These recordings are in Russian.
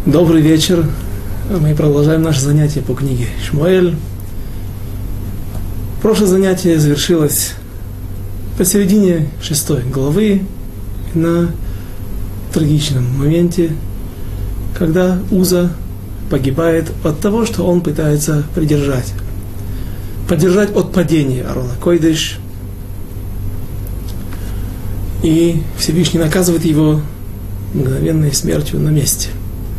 Добрый вечер. Мы продолжаем наше занятие по книге Шмуэль. Прошлое занятие завершилось посередине 6 главы на трагичном моменте, когда Уза погибает от того, что он пытается поддержать от падения Арона Койдеш. И Всевышний наказывает его мгновенной смертью на месте.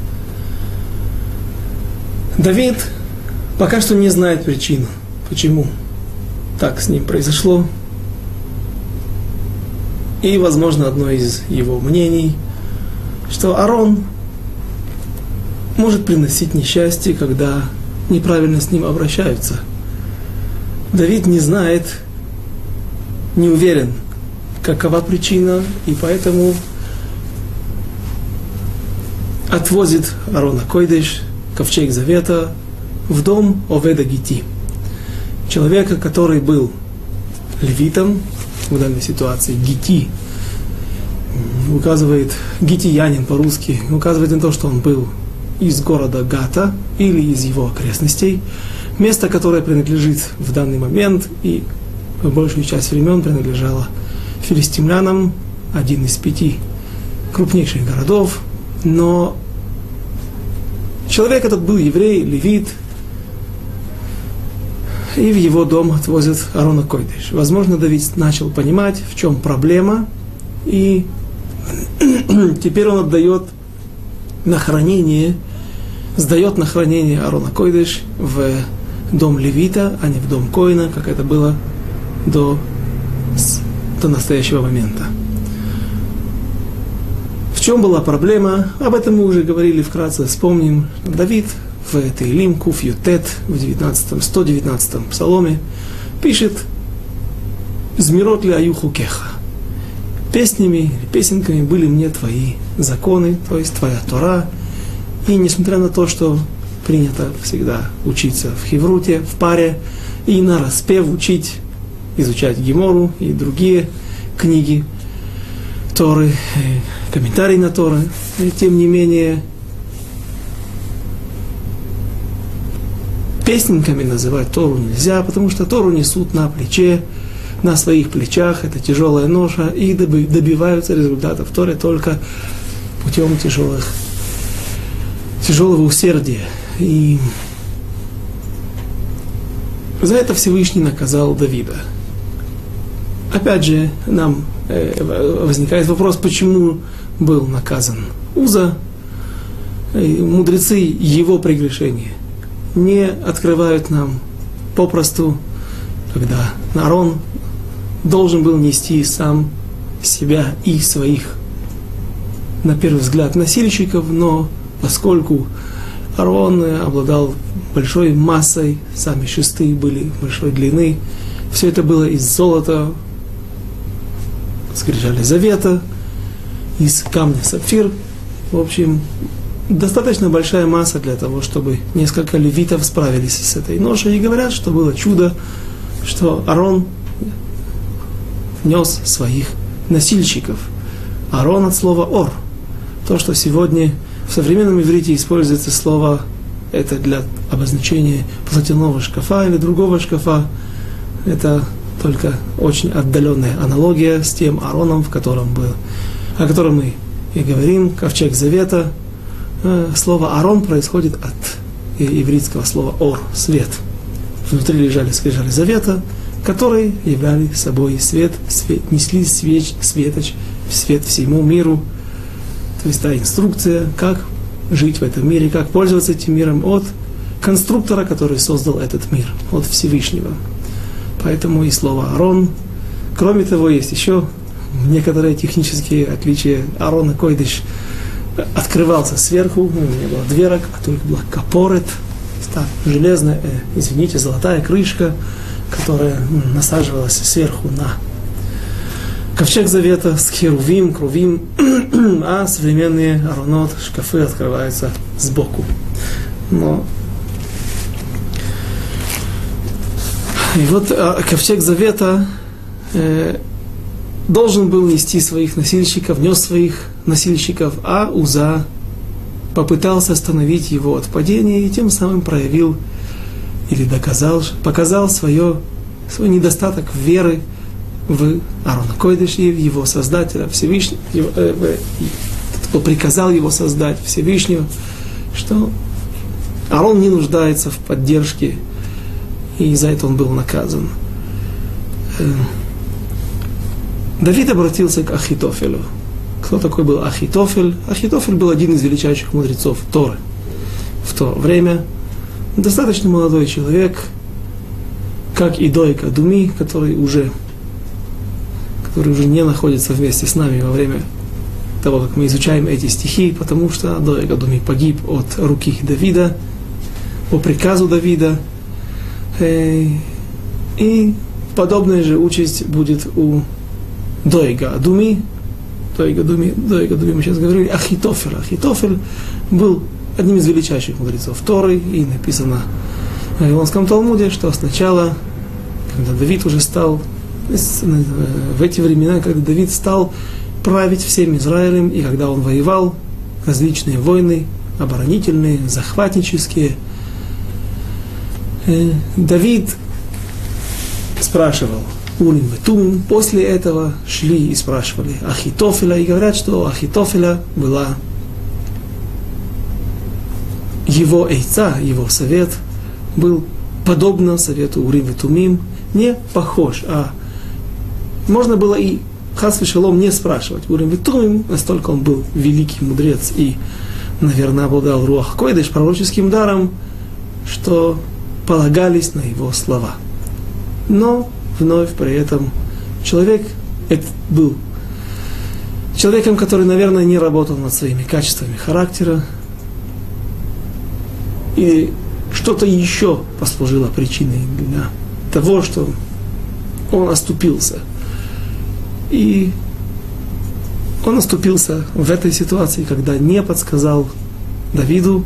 Давид пока что не знает причину, почему так с ним произошло. И, возможно, одно из его мнений, что Арон может приносить несчастье, когда неправильно с ним обращаются. Давид не знает, не уверен, какова причина, и поэтому отвозит Арона Койдеш, ковчег Завета, в дом Оведа Гити, человека, который был левитом в данной ситуации. Гити указывает, гитиянин по-русски, указывает на то, что он был из города Гата или из его окрестностей, место, которое принадлежит в данный момент и в большую часть времен принадлежало филистимлянам, один из 5 крупнейших городов, но человек этот был еврей, левит, и в его дом отвозят Арона Койдеш. Возможно, Давид начал понимать, в чем проблема, и теперь он сдает на хранение Арона Койдеш в дом левита, а не в дом Коина, как это было до настоящего момента. В чем была проблема? Об этом мы уже говорили вкратце, вспомним. Давид в Теилим Куф Ютет в 119-м псаломе пишет «Змирот ли аюху кеха». Песенками были мне твои законы, то есть твоя Тора. И несмотря на то, что принято всегда учиться в хевруте, в паре, и на распев изучать Гемору и другие книги Торы, комментарии на Торы, и тем не менее песенками называть Тору нельзя, потому что Тору несут на своих плечах, это тяжелая ноша, и добиваются результатов в Торе только путем тяжелого усердия. И за это Всевышний наказал Давида. Опять же, нам возникает вопрос, почему был наказан Уза. Мудрецы его прегрешения не открывают нам попросту, когда Арон должен был нести сам себя и своих, на первый взгляд, носильщиков, но поскольку Арон обладал большой массой, сами шесты были большой длины, все это было из золота, скрижали Завета, из камня сапфир. В общем, достаточно большая масса для того, чтобы несколько левитов справились с этой ношей. И говорят, что было чудо, что Арон нес своих носильщиков. Арон от слова ор. То, что сегодня в современном иврите используется слово, это для обозначения платяного шкафа или другого шкафа. Это только очень отдаленная аналогия с тем Ароном, о котором мы и говорим, ковчег Завета. Слово Арон происходит от ивритского слова ор, свет. Внутри лежали скрижали Завета, которые являли собой свет, несли свет всему миру. То есть та инструкция, как жить в этом мире, как пользоваться этим миром от конструктора, который создал этот мир, от Всевышнего. Поэтому и слово Арон. Кроме того, есть еще некоторые технические отличия. Арона Койдеш открывался сверху, не было дверок, а только была капорет, железная, золотая крышка, которая насаживалась сверху на ковчег Завета с херувим, крувим, а современные аронот, шкафы открываются сбоку. И вот ковчег Завета должен был нести своих носильщиков, нес своих носильщиков, а Уза попытался остановить его от падения и тем самым проявил или показал свой недостаток веры в Аарона Койдеш и в его Создателя Всевышнего, кто приказал его создать Всевышнего, что Аарон не нуждается в поддержке, и за это он был наказан. Давид обратился к Ахитофелю. Кто такой был Ахитофель? Ахитофель был один из величайших мудрецов Торы. В то время достаточно молодой человек, как и Доeg Адуми, который уже не находится вместе с нами во время того, как мы изучаем эти стихи, потому что Доeg Адуми погиб от руки Давида, по приказу Давида, и подобная же участь будет у Доега Адуми. Доег Адуми мы сейчас говорили, Ахитофель. Ахитофель был одним из величайших мудрецов Торы, и написано в Вавилонском Талмуде, что сначала, когда Давид уже стал, в эти времена, когда Давид стал править всем Израилем, и когда он воевал, различные войны, оборонительные, захватнические, Давид спрашивал Урим и Тумим, после этого шли и спрашивали Ахитофеля, и говорят, что у Ахитофеля была его эйца, его совет был подобно совету Урим и Тумим, не похож, а можно было и хас вешалом не спрашивать Урим и Тумим, настолько он был великий мудрец и, наверное, обладал руах койдеш, пророческим даром, что полагались на его слова. Но вновь при этом человек был человеком, который, наверное, не работал над своими качествами характера, и что-то еще послужило причиной для того, что он оступился. И он оступился в этой ситуации, когда не подсказал Давиду,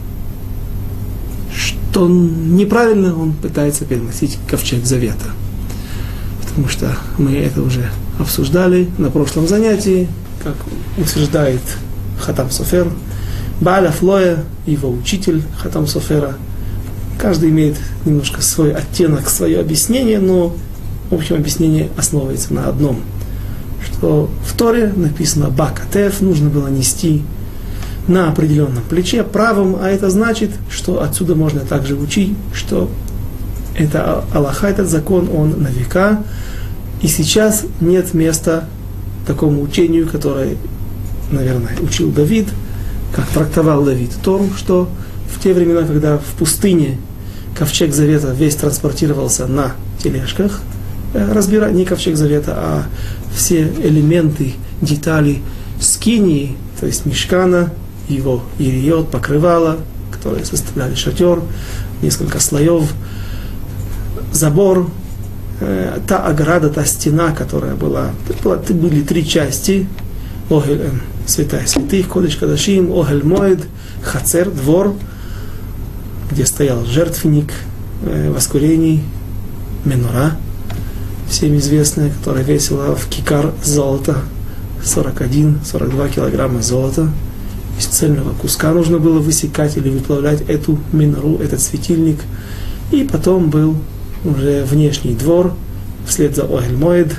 что неправильно он пытается переносить ковчег завета. Потому что мы это уже обсуждали на прошлом занятии, как утверждает Хатам Софер, Бааль Афлоя, его учитель Хатам Софера. Каждый имеет немножко свой оттенок, свое объяснение, но в общем объяснение основывается на одном, что в Торе написано Бакатеф, нужно было нести на определенном плече правым, а это значит, что отсюда можно также учить, что это Аллаха, этот закон, он на века, и сейчас нет места такому учению, которое, наверное, учил Давид, как трактовал Давид Тору, что в те времена, когда в пустыне ковчег завета весь транспортировался на тележках, не ковчег завета, а все элементы, детали скинии, то есть мишкана, его ириот, покрывало, которые составляли шатер, несколько слоев, забор, та ограда, та стена, которая были три части, святая святых, кодеш кадашим, огель моед, хацер, двор, где стоял жертвенник воскурений, менора, всем известная, которая весила в кикар золота, 41-42 килограмма золота. Из цельного куска нужно было высекать или выплавлять эту минору, этот светильник. И потом был уже внешний двор, вслед за Огель Моед,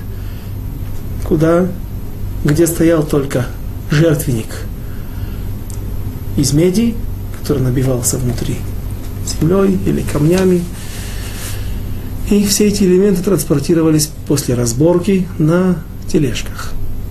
где стоял только жертвенник из меди, который набивался внутри землей или камнями. И все эти элементы транспортировались после разборки на тележках.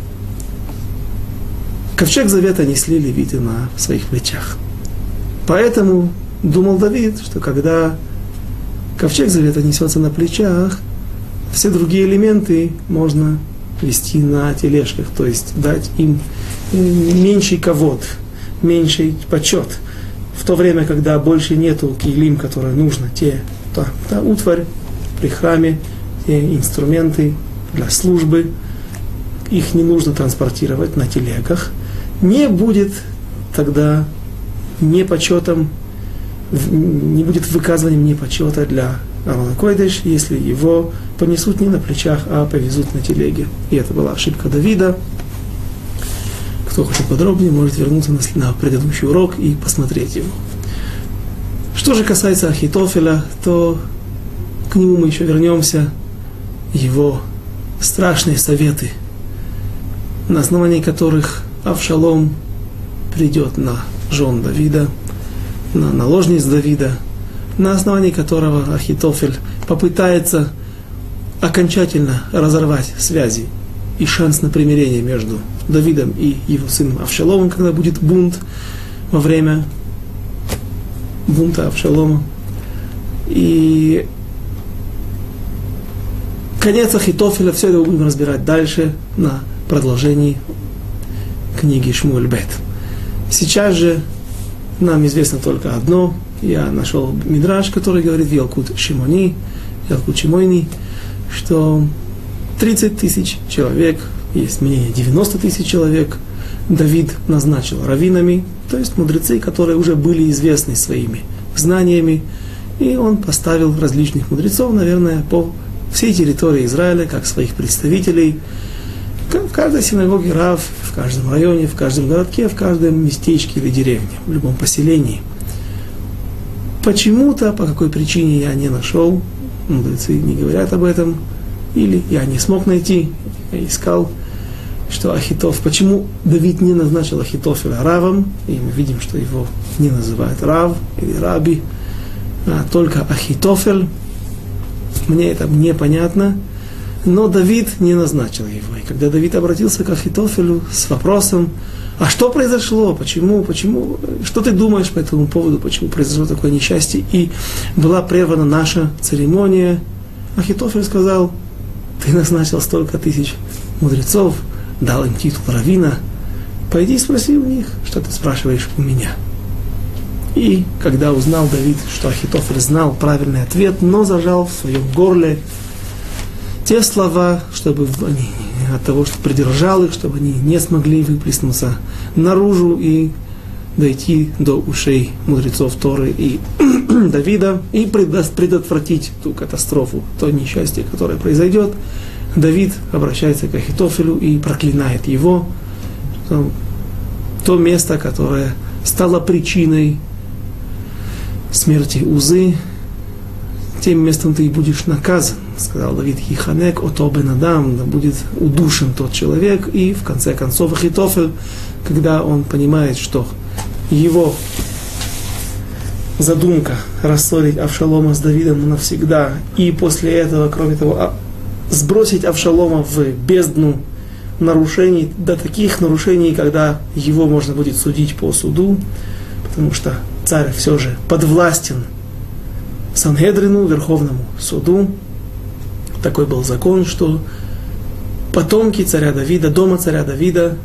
Ковчег завета несли левиты на своих плечах. Поэтому думал Давид, что когда ковчег завета несется на плечах, все другие элементы можно вести на тележках, то есть дать им меньший кавод, меньший почет. В то время, когда больше нету килим, которые нужно, та утварь при храме, те инструменты для службы, их не нужно транспортировать на телегах, не будет тогда непочетом, не будет выказыванием непочета для Аарона Койдеш, если его понесут не на плечах, а повезут на телеге. И это была ошибка Давида. Кто хочет подробнее, может вернуться на предыдущий урок и посмотреть его. Что же касается Ахитофеля, то к нему мы еще вернемся. Его страшные советы, на основании которых Авшалом придет на жен Давида, на наложниц Давида, на основании которого Ахитофель попытается окончательно разорвать связи и шанс на примирение между Давидом и его сыном Авшаломом, когда будет бунт во время бунта Авшалома. И конец Ахитофеля, все это мы будем разбирать дальше на продолжении книги Шмуэль Бет. Сейчас же нам известно только одно. Я нашел мидраш, который говорит в Ялкут Шимойни, что 30 тысяч человек, есть мнение 90 тысяч человек, Давид назначил раввинами, то есть мудрецы, которые уже были известны своими знаниями, и он поставил различных мудрецов, наверное, по всей территории Израиля, как своих представителей, в каждой синагоге рав, в каждом районе, в каждом городке, в каждом местечке или деревне, в любом поселении. Почему-то, по какой причине я не нашел, мудрецы не говорят об этом, или я не смог найти, я искал, что почему Давид не назначил Ахитофеля равом, и мы видим, что его не называют рав или раби, а только Ахитофель. Мне это непонятно, но Давид не назначил его. И когда Давид обратился к Ахитофелю с вопросом, а что произошло, почему, что ты думаешь по этому поводу, почему произошло такое несчастье, и была прервана наша церемония, Ахитофель сказал, ты назначил столько тысяч мудрецов, дал им титул раввина, пойди спроси у них, что ты спрашиваешь у меня. И когда узнал Давид, что Ахитофель знал правильный ответ, но зажал в своем горле те слова, чтобы они, от того, что придержал их, чтобы они не смогли выплеснуться наружу и дойти до ушей мудрецов Торы и Давида, и предотвратить ту катастрофу, то несчастье, которое произойдет, Давид обращается к Ахитофелю и проклинает его, то место, которое стало причиной смерти Узы, тем местом ты и будешь наказан, сказал Давид, Хиханек ото бен адам, да будет удушен тот человек. И в конце концов Ахитофель, когда он понимает, что его задумка рассорить Авшалома с Давидом навсегда, и после этого, кроме того, сбросить Авшалома в бездну нарушений, до таких нарушений, когда его можно будет судить по суду, потому что царь все же подвластен Сангедрину, Верховному суду. Такой был закон, что потомки царя Давида, дома царя Давида,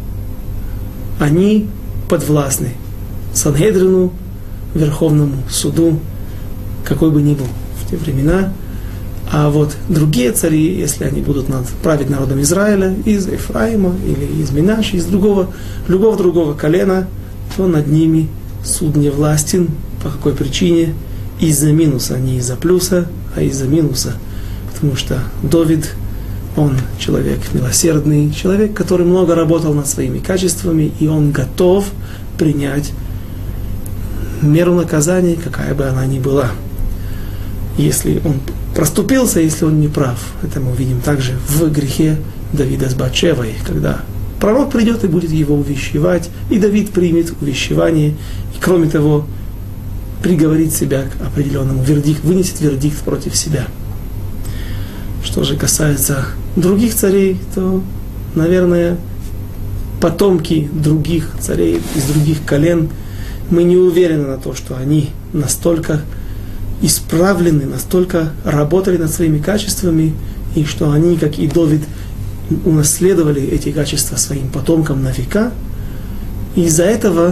они подвластны Сангедрину, Верховному суду, какой бы ни был в те времена. А вот другие цари, если они будут править народом Израиля, из Ефраима или из Минаши, из любого другого колена, то над ними суд не властен. По какой причине? Из-за минуса, не из-за плюса, а из-за минуса. Потому что Давид, он человек милосердный, человек, который много работал над своими качествами, и он готов принять меру наказания, какая бы она ни была. Если он проступился, если он не прав. Это мы увидим также в грехе Давида с Батшевой, когда пророк придет и будет его увещевать, и Давид примет увещевание, и кроме того, приговорит себя к определенному вердикту, вынесет вердикт против себя. Что же касается других царей, то, наверное, потомки других царей из других колен, мы не уверены на то, что они настолько исправлены, настолько работали над своими качествами, и что они, как и Давид, унаследовали эти качества своим потомкам на века. И из-за этого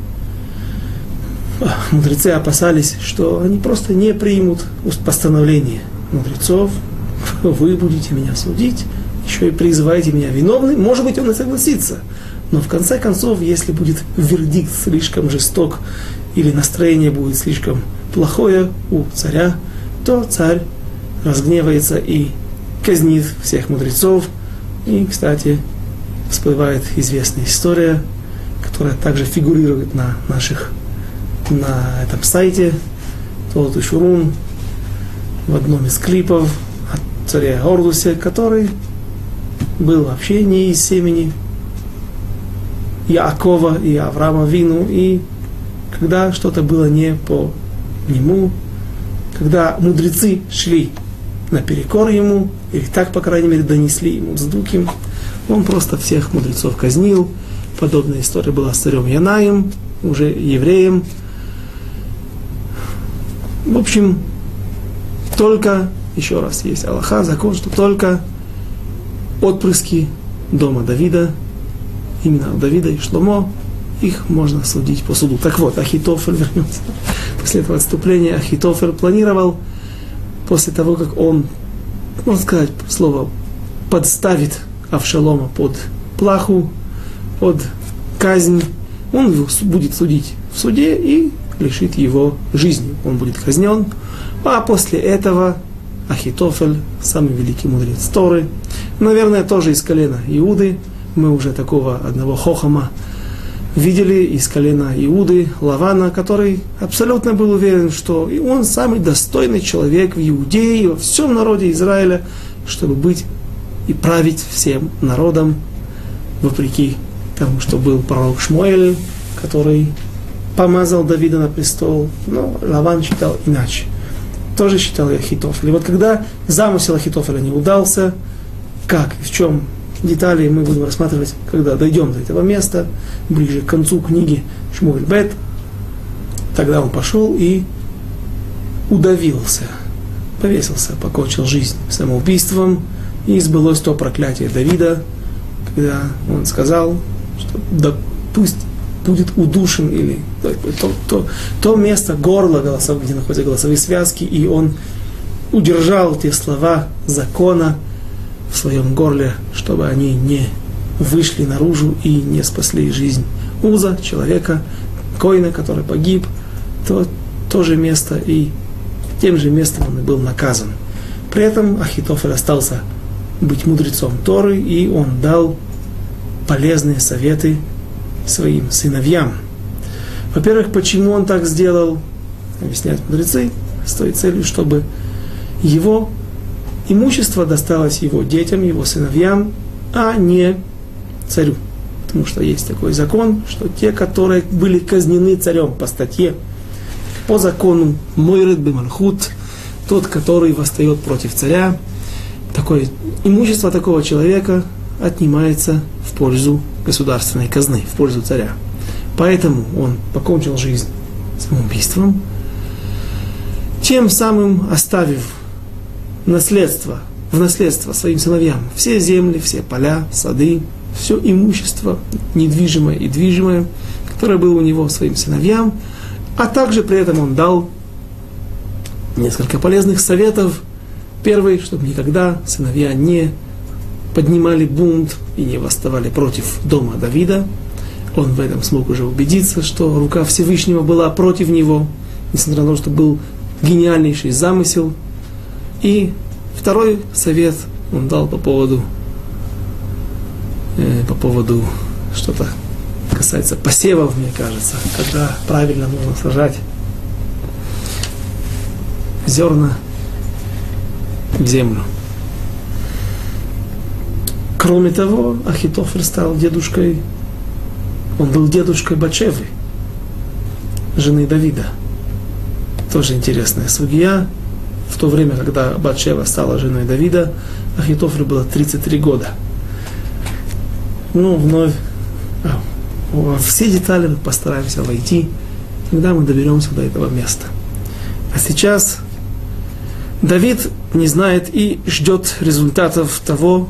мудрецы опасались, что они просто не примут постановление мудрецов, вы будете меня судить, еще и призываете меня виновным. Может быть, он и согласится, но в конце концов, если будет вердикт слишком жесток или настроение будет слишком плохое у царя, то царь разгневается и казнит всех мудрецов. И, кстати, всплывает известная история, которая также фигурирует на этом сайте Толдот Ишурун, в одном из клипов от царя Гордуся, который был вообще не из семени Яакова и Авраама Вину, и когда что-то было не по нему, когда мудрецы шли наперекор ему, или так, по крайней мере, донесли ему Цдуким, он просто всех мудрецов казнил. Подобная история была с царем Янаем, уже евреем. В общем, только, еще раз, есть алаха, закон, что только отпрыски дома Давида, именно Давида и Шломо, их можно судить по суду. Так вот, Ахитофель, вернемся, после этого отступления, Ахитофель планировал, после того, как он, можно сказать слово, подставит Авшалома под плаху, под казнь, он его будет судить в суде и лишит его жизни. Он будет казнен, а после этого Ахитофель, самый великий мудрец Торы, наверное, тоже из колена Иуды. Мы уже такого одного хохама видели из колена Иуды, Лавана, который абсолютно был уверен, что и он самый достойный человек в Иудее и во всем народе Израиля, чтобы быть и править всем народом, вопреки тому, что был пророк Шмуэль, который помазал Давида на престол, но Лаван считал иначе. Тоже считал и Ахитофель. И вот когда замысел Ахитофеля не удался, как и в чем детали мы будем рассматривать, когда дойдем до этого места, ближе к концу книги Шмуэль Бет, тогда он пошел и удавился, повесился, покончил жизнь самоубийством, и сбылось то проклятие Давида, когда он сказал, что да пусть будет удушен, или то место, горло голосов, где находятся голосовые связки, и он удержал те слова закона в своем горле, чтобы они не вышли наружу и не спасли жизнь Уза, человека, коина, который погиб, то же место, и тем же местом он и был наказан. При этом Ахитофель остался быть мудрецом Торы, и он дал полезные советы своим сыновьям. Во-первых, почему он так сделал, объясняют мудрецы, с той целью, чтобы его имущество досталось его детям, его сыновьям, а не царю. Потому что есть такой закон, что те, которые были казнены царем по статье, по закону Мойред бемальхут, тот, который восстает против царя, такое имущество такого человека отнимается в пользу государственной казны, в пользу царя. Поэтому он покончил жизнь самоубийством, тем самым оставив в наследство своим сыновьям все земли, все поля, сады, все имущество, недвижимое и движимое, которое было у него своим сыновьям, а также при этом он дал несколько полезных советов. Первый, чтобы никогда сыновья не поднимали бунт и не восставали против дома Давида. Он в этом смог уже убедиться, что рука Всевышнего была против него, несмотря на то, что был гениальнейший замысел. И второй совет он дал по поводу что-то касается посевов, мне кажется, когда правильно нужно сажать зерна в землю. Кроме того, Ахитофель стал дедушкой, он был дедушкой Батшевы, жены Давида. Тоже интересная сугия. В то время, когда Батшева стала женой Давида, Ахитофелю было 33 года. Вновь во все детали мы постараемся войти, когда мы доберемся до этого места. А сейчас Давид не знает и ждет результатов того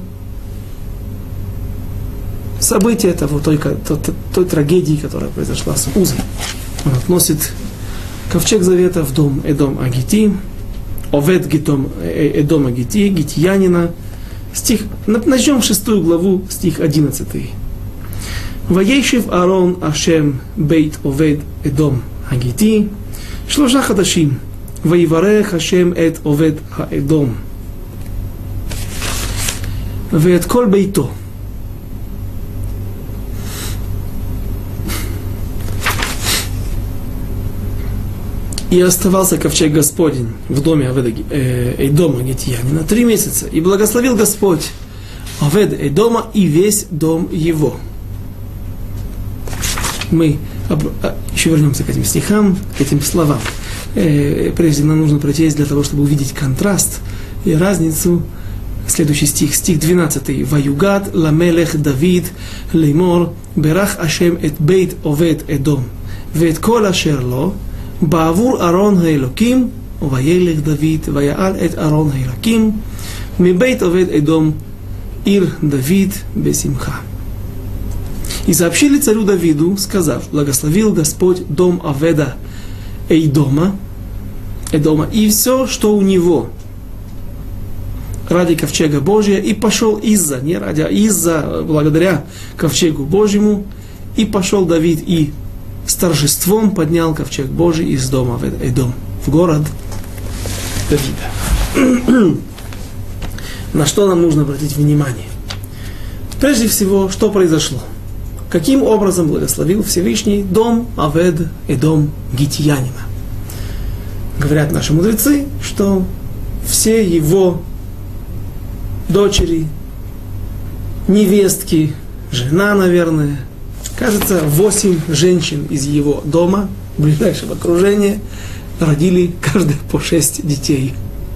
события, той трагедии, которая произошла с Узой. Он относит ковчег завета в дом Эдом Агити, Овед Эдом Агити, гитьянина. Начнем 6 главу, стих 11. Ваейшив Аарон Ашем бейт Овед Эдом Агити, шлоша хадашим, ваиварех Ашем эт Овед Эдом, ואת כל ביתו, И оставался ковчег Господень в доме Эдома Гитьянина 3 месяца. И благословил Господь Овед Эдома и весь дом его. Мы еще вернемся к этим стихам, к этим словам. Прежде нам нужно прочесть для того, чтобы увидеть контраст и разницу. Следующий стих, стих 12. «Ваюгад ламелех Давид леймор берах Ашем эт бейт Овед Эдом вет кол ашер ло בעבור ארון האלוקים, וילך דוד, ויעל את ארון האלוקים, מבית עובד אדום, עיר дוד בשמחה. И сообщили царю Давиду, сказав, благословил Господь дом Оведа Эдома, и все, что у него, ради ковчега Божия, и пошел не ради, а из-за, благодаря ковчегу Божьему, и пошел Давид и с торжеством поднял ковчег Божий из дома Эдом в город Давида. На что нам нужно обратить внимание? Прежде всего, что произошло? Каким образом благословил Всевышний дом Овед Эдом Гитьянина? Говорят наши мудрецы, что все его дочери, невестки, жена, наверное, кажется, 8 женщин из его дома, ближайшего окружения, родили каждая по 6 детей.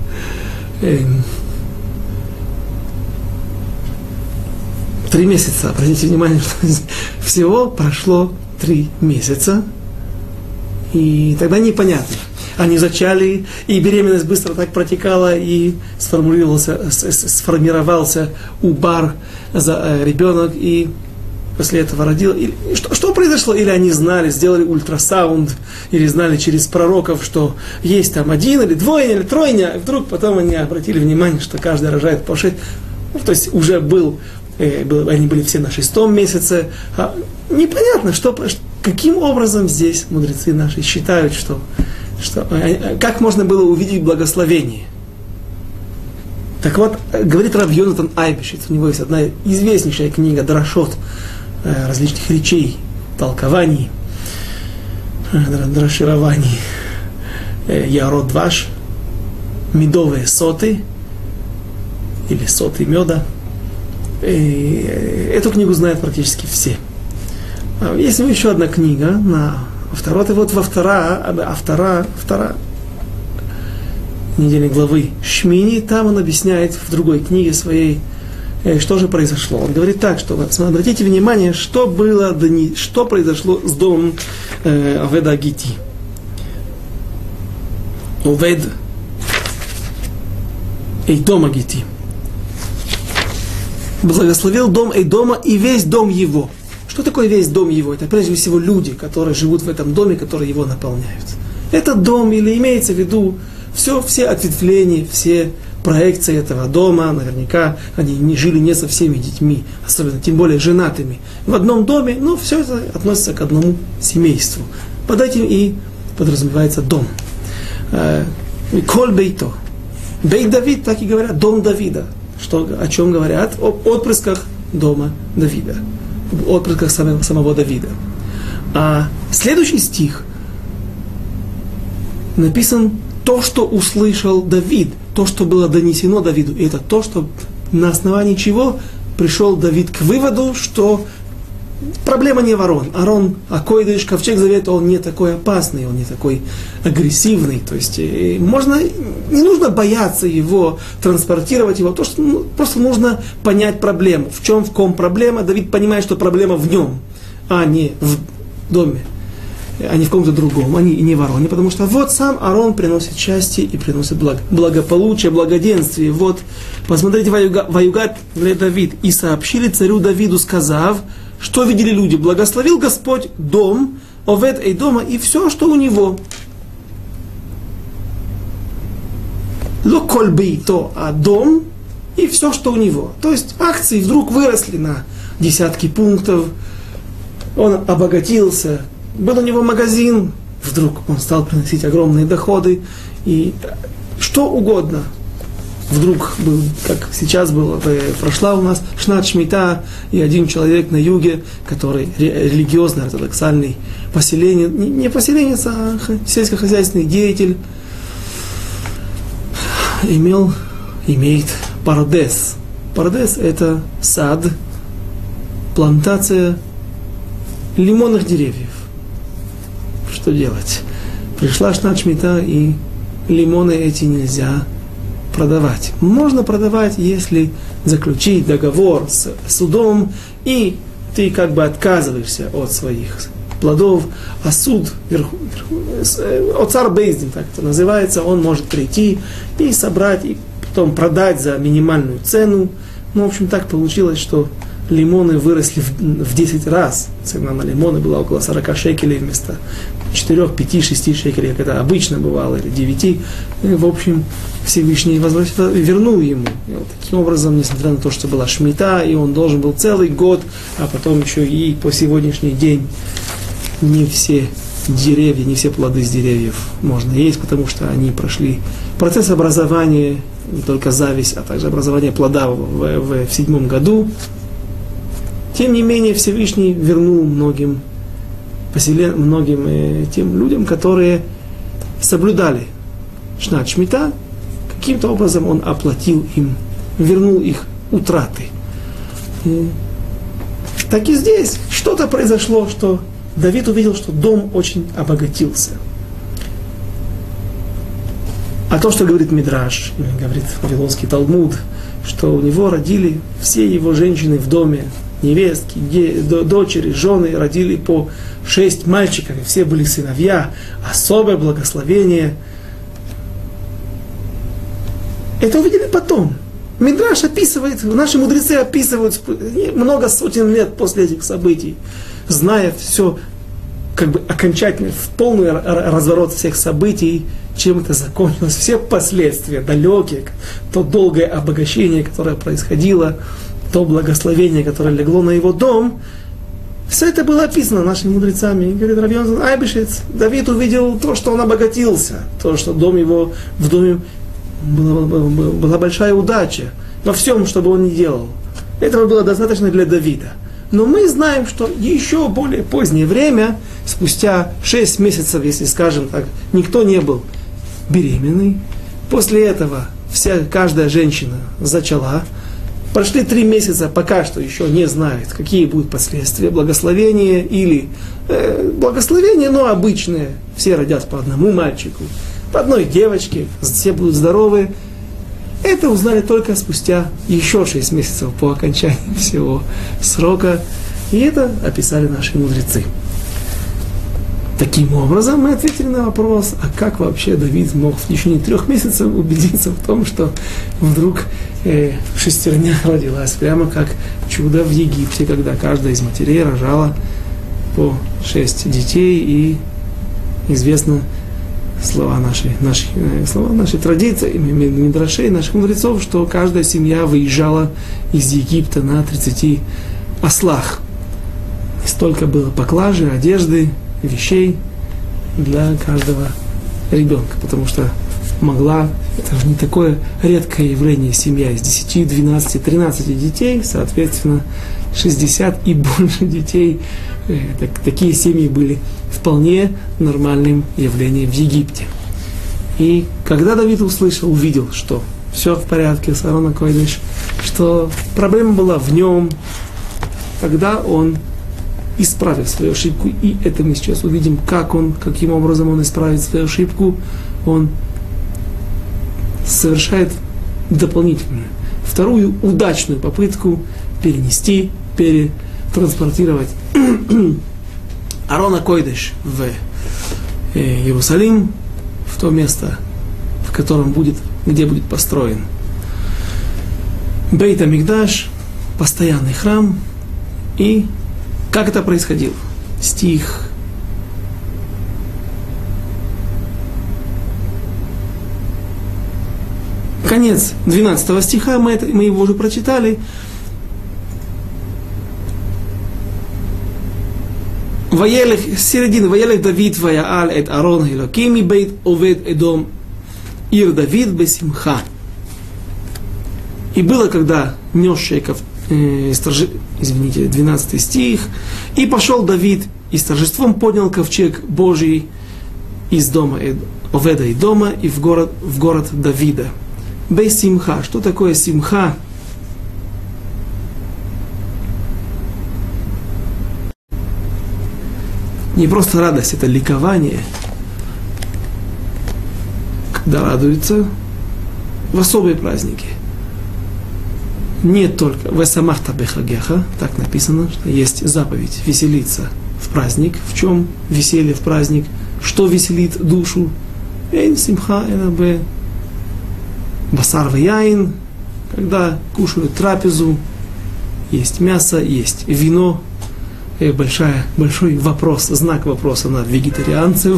3 месяца, обратите внимание, что всего прошло 3 месяца, и тогда непонятно. Они зачали, и беременность быстро так протекала, и сформировался убар ребенок, и после этого родил. Что произошло? Или они знали, сделали ультрасаунд, или знали через пророков, что есть там 1, или 2, или 3, и вдруг потом они обратили внимание, что каждый рожает по 6. То есть уже они были все на 6-м месяце. Непонятно, каким образом здесь мудрецы наши считают, что как можно было увидеть благословение. Так вот, говорит Рав Йонатан Айбешиц, у него есть одна известнейшая книга Драшот, различных речей, толкований, драширований, Ярод Дваш, медовые соты, или соты меда. Эту книгу знают практически все. Есть еще одна книга на Авторот, и вот втора недельной главы Шмини, там он объясняет в другой книге своей, что же произошло. Он говорит так, что обратите внимание, что произошло с домом Оведа Гити. Овед Эдома Гити. Благословил дом Эдома и весь дом его. Что такое весь дом его? Это прежде всего люди, которые живут в этом доме, которые его наполняют. Этот дом, или имеется в виду все ответвления, все проекции этого дома, наверняка они не жили не со всеми детьми, особенно, тем более женатыми, в одном доме, но все это относится к одному семейству. Под этим и подразумевается дом. Коль бейто. Бейт Давид, так и говорят, дом Давида. О чем говорят? Об отпрысках дома Давида. Отпрысках самого Давида. А следующий стих написан то, что услышал Давид, то, что было донесено Давиду. И это то, что на основании чего пришел Давид к выводу, что проблема не в Арон. Акойдыш, ковчег завета, он не такой опасный, он не такой агрессивный. То есть не нужно бояться его, транспортировать его. Просто нужно понять проблему. В ком проблема. Давид понимает, что проблема в нем, а не в доме, а не в ком-то другом, а не в Ароне. Потому что вот сам Арон приносит счастье и приносит благополучие, благоденствие. Вот, посмотрите, Ваюгад Давид. И сообщили царю Давиду, сказав, что видели люди? Благословил Господь дом Овед Эдома и все, что у него. Ло коль бейто, а дом и все, что у него. То есть акции вдруг выросли на десятки пунктов. Он обогатился. Был у него магазин. Вдруг он стал приносить огромные доходы. И что угодно. вдруг был, как сейчас было, прошла у нас Шнат Шмита, и один человек на юге, который религиозный, ортодоксальный, поселение, не поселение, а сельскохозяйственный деятель, имеет парадес. Парадес – это сад, плантация лимонных деревьев. Что делать? Пришла Шнат Шмита, и лимоны эти нельзя продавать. Можно продавать, если заключить договор с судом, и ты как бы отказываешься от своих плодов, а суд, Оцар Бейздин, так это называется, он может прийти и собрать, и потом продать за минимальную цену. Ну, в общем, так получилось, что лимоны выросли в 10 раз. Цена на лимоны была около 40 шекелей вместо 4, 5, 6 шекелей, как это обычно бывало, или 9. И, в общем, Всевышний вернул ему. И вот таким образом, несмотря на то, что была шмита, и он должен был целый год, а потом еще и по сегодняшний день не все деревья, не все плоды с деревьев можно есть, потому что они прошли процесс образования, не только зависть, а также образование плода в 7 году. Тем не менее, Всевышний вернул многим тем людям, которые соблюдали Шнат Шмита, каким-то образом он оплатил им, вернул их утраты. Так и здесь что-то произошло, что Давид увидел, что дом очень обогатился. А то, что говорит Мидраш, говорит Вавилонский Талмуд, что у него родили все его женщины в доме, невестки, дочери, жены, родили по 6 мальчиков, и все были сыновья, особое благословение. Это увидели потом. Мидраш описывает, наши мудрецы описывают много сотен лет после этих событий, зная все, как бы окончательно, в полный разворот всех событий, чем это закончилось, все последствия далекие, то долгое обогащение, которое происходило, то благословение, которое легло на его дом, все это было описано нашими мудрецами. И говорит Рав Йонатан Айбешец, Давид увидел то, что он обогатился, то, что в доме была большая удача во всем, что бы он ни делал. Этого было достаточно для Давида. Но мы знаем, что еще более позднее время, спустя 6 месяцев, если скажем так, никто не был беременный. После этого каждая женщина зачала. Прошли 3 месяца, пока что еще не знают, какие будут последствия. Благословение или благословение, но обычное. Все родят по одному мальчику, по одной девочке, все будут здоровы. Это узнали только спустя еще 6 месяцев по окончании всего срока. И это описали наши мудрецы. Таким образом, мы ответили на вопрос, а как вообще Давид мог в течение 3 месяцев убедиться в том, что вдруг шестерня родилась, прямо как чудо в Египте, когда каждая из матерей рожала по 6 детей, и известно слова нашей традиции, мидрашей, наших мудрецов, что каждая семья выезжала из Египта на 30 ослах. И столько было поклажи, одежды, вещей для каждого ребенка, потому что это же не такое редкое явление, семья из 10, 12, 13 детей, соответственно, 60 и больше детей. Такие семьи были вполне нормальным явлением в Египте. И когда Давид увидел, что все в порядке с Аарон ха-Койдеш, что проблема была в нем, тогда он исправил свою ошибку, и это мы сейчас увидим, каким образом он исправит свою ошибку. Он совершает дополнительную, вторую удачную попытку перетранспортировать Аарон ха-Койдеш в Иерусалим, в то место, где будет построен Бейт ха-Микдаш, постоянный храм. И как это происходило? Стих. Конец 12 стиха, мы его уже прочитали. С середины. Ваелех Давид ваяал эт Аарон элоким бейт овед эдом ир Давид бесимха. И было, когда нес шейков, 12 стих, и пошел Давид, и с торжеством поднял ковчег Божий из дома Оведа и дома, и в город Давида. Бей симха. Что такое симха? Не просто радость, это ликование, когда радуются в особые праздники. Не только «Весамахта бехагеха», так написано, что есть заповедь веселиться в праздник. В чем веселье в праздник? Что веселит душу? Эйн симха энабе басар ваяин, когда кушают трапезу, есть мясо, есть вино. Большой вопрос, знак вопроса на вегетарианцев.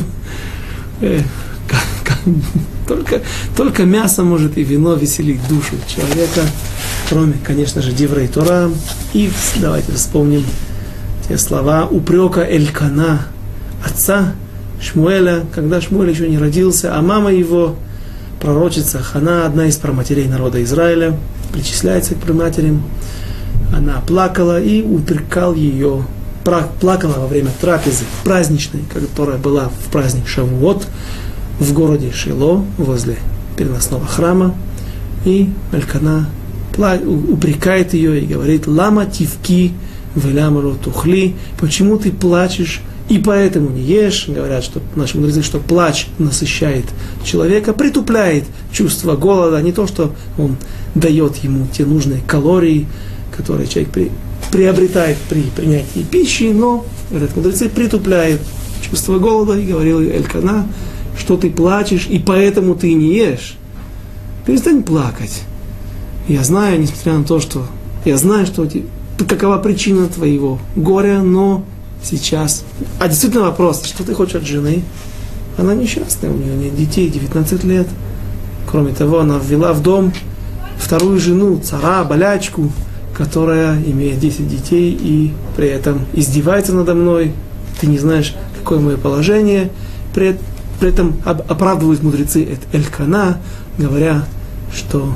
Только мясо может и вино веселить душу человека, кроме, конечно же, Деврей Тора. И давайте вспомним те слова упрека Элькана, отца Шмуэля, когда Шмуэль еще не родился, а мама его, пророчица Хана, одна из праматерей народа Израиля, причисляется к праматерям. Она плакала и упрекал ее, плакала во время трапезы праздничной, которая была в праздник Шавуот, в городе Шило, возле переносного храма. И Элькана упрекает ее и говорит: «Лама тивки веляма ло тухли», почему ты плачешь и поэтому не ешь. Говорят, что наши мудрецы, что плач насыщает человека, притупляет чувство голода, не то, что он дает ему те нужные калории, которые человек приобретает при принятии пищи, но, говорят мудрецы, притупляет чувство голода. И говорил Элькана, что ты плачешь, и поэтому ты не ешь. Перестань плакать. Я знаю, несмотря на то, что... Я знаю, что какова причина твоего горя, но сейчас... А действительно вопрос, что ты хочешь от жены? Она несчастная, у нее нет детей, 19 лет. Кроме того, она ввела в дом вторую жену, цара, болячку, которая имеет 10 детей и при этом издевается надо мной. Ты не знаешь, какое мое положение. При этом оправдывают мудрецы Элькана, говоря, что